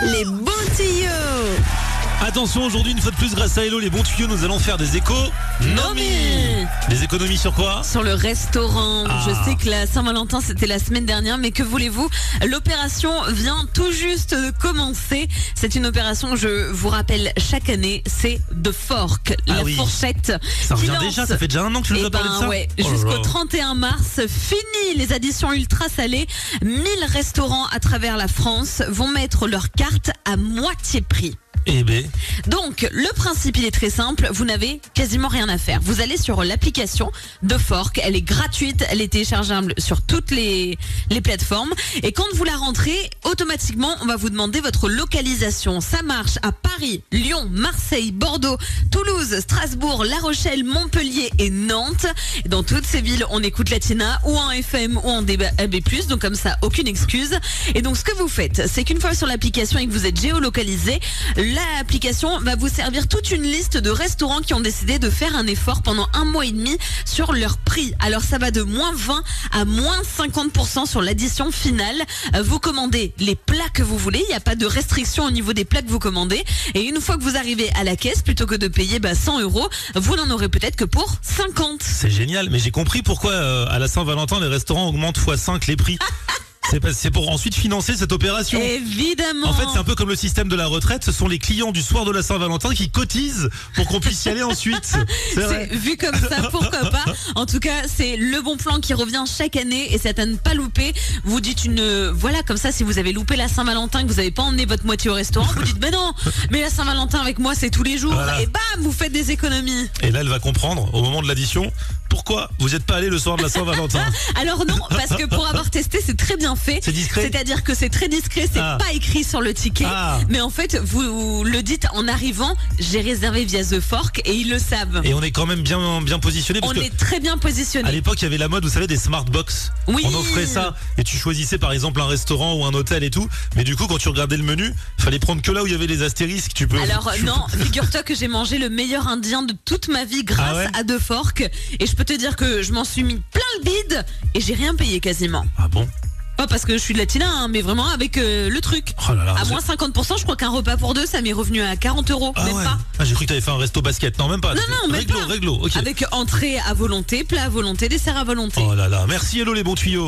Les bons tuyaux. Attention, aujourd'hui, une fois de plus, grâce à Hello, les bons tuyaux, nous allons faire des économies. Des économies sur quoi? Sur le restaurant. Ah. Je sais que la Saint-Valentin, c'était la semaine dernière, mais que voulez-vous? L'opération vient tout juste de commencer. C'est une opération que je vous rappelle chaque année, c'est The Fork, la fourchette. Ça qui revient déjà, ça fait déjà un an que tu nous as parlé de ça. Ouais, Oh là jusqu'au là. 31 mars, fini les additions ultra salées. 1000 restaurants à travers la France vont mettre leur carte à moitié prix. Eh ben, Donc, le principe, il est très simple. Vous n'avez quasiment rien à faire. Vous allez sur l'application de Fork. Elle est gratuite. Elle est téléchargeable sur toutes les plateformes. Et quand vous la rentrez, automatiquement, on va vous demander votre localisation. Ça marche à Paris, Lyon, Marseille, Bordeaux, Toulouse, Strasbourg, La Rochelle, Montpellier et Nantes. Et dans toutes ces villes, on écoute Latina ou en FM ou en DAB+. Donc, comme ça, aucune excuse. Et donc, ce que vous faites, c'est qu'une fois sur l'application et que vous êtes géolocalisé, l'application va vous servir toute une liste de restaurants qui ont décidé de faire un effort pendant 1 mois et demi sur leur prix. Alors ça va de moins 20 à moins 50% sur l'addition finale. Vous commandez les plats que vous voulez. Il n'y a pas de restriction au niveau des plats que vous commandez. Et une fois que vous arrivez à la caisse, plutôt que de payer 100 €, vous n'en aurez peut-être que pour 50. c'est génial. Mais j'ai compris pourquoi à la Saint-Valentin, les restaurants augmentent x5 les prix. C'est pour ensuite financer cette opération. Évidemment. En fait, c'est un peu comme le système de la retraite. Ce sont les clients du soir de la Saint-Valentin qui cotisent pour qu'on puisse y aller ensuite. C'est vrai. Vu comme ça, pourquoi pas. En tout cas, c'est le bon plan qui revient chaque année et c'est à ne pas louper. Vous dites voilà, comme ça, si vous avez loupé la Saint-Valentin, que vous n'avez pas emmené votre moitié au restaurant, vous dites, non, mais la Saint-Valentin avec moi, c'est tous les jours. Voilà. Et bam, vous faites des économies. Et là, elle va comprendre, au moment de l'addition, pourquoi vous n'êtes pas allé le soir de la Saint-Valentin. Alors non, parce que pour avoir testé, c'est très bien fait. C'est discret. C'est-à-dire que c'est très discret, c'est pas écrit sur le ticket. Mais en fait, vous le dites en arrivant, j'ai réservé via The Fork et ils le savent. Et on est quand même bien positionné. On est très bien positionné. À l'époque, il y avait la mode, vous savez, des smart box. Oui. On offrait ça et tu choisissais par exemple un restaurant ou un hôtel et tout. Mais du coup, quand tu regardais le menu, fallait prendre que là où il y avait les astérisques. Alors non, figure-toi que j'ai mangé le meilleur indien de toute ma vie grâce à The Fork. Et je peux te dire que je m'en suis mis plein le bide et j'ai rien payé quasiment. Ah bon? Pas parce que je suis latina, mais vraiment avec le truc. Oh là là, à moins 50%, je crois qu'un repas pour deux, ça m'est revenu à 40 €. Ah même ouais. pas. Ah, j'ai cru que t'avais fait un resto basket. Non, même pas. Non, même réglo, pas. Réglo, ok. Avec entrée à volonté, plat à volonté, dessert à volonté. Oh là là, merci Hello les bons tuyaux.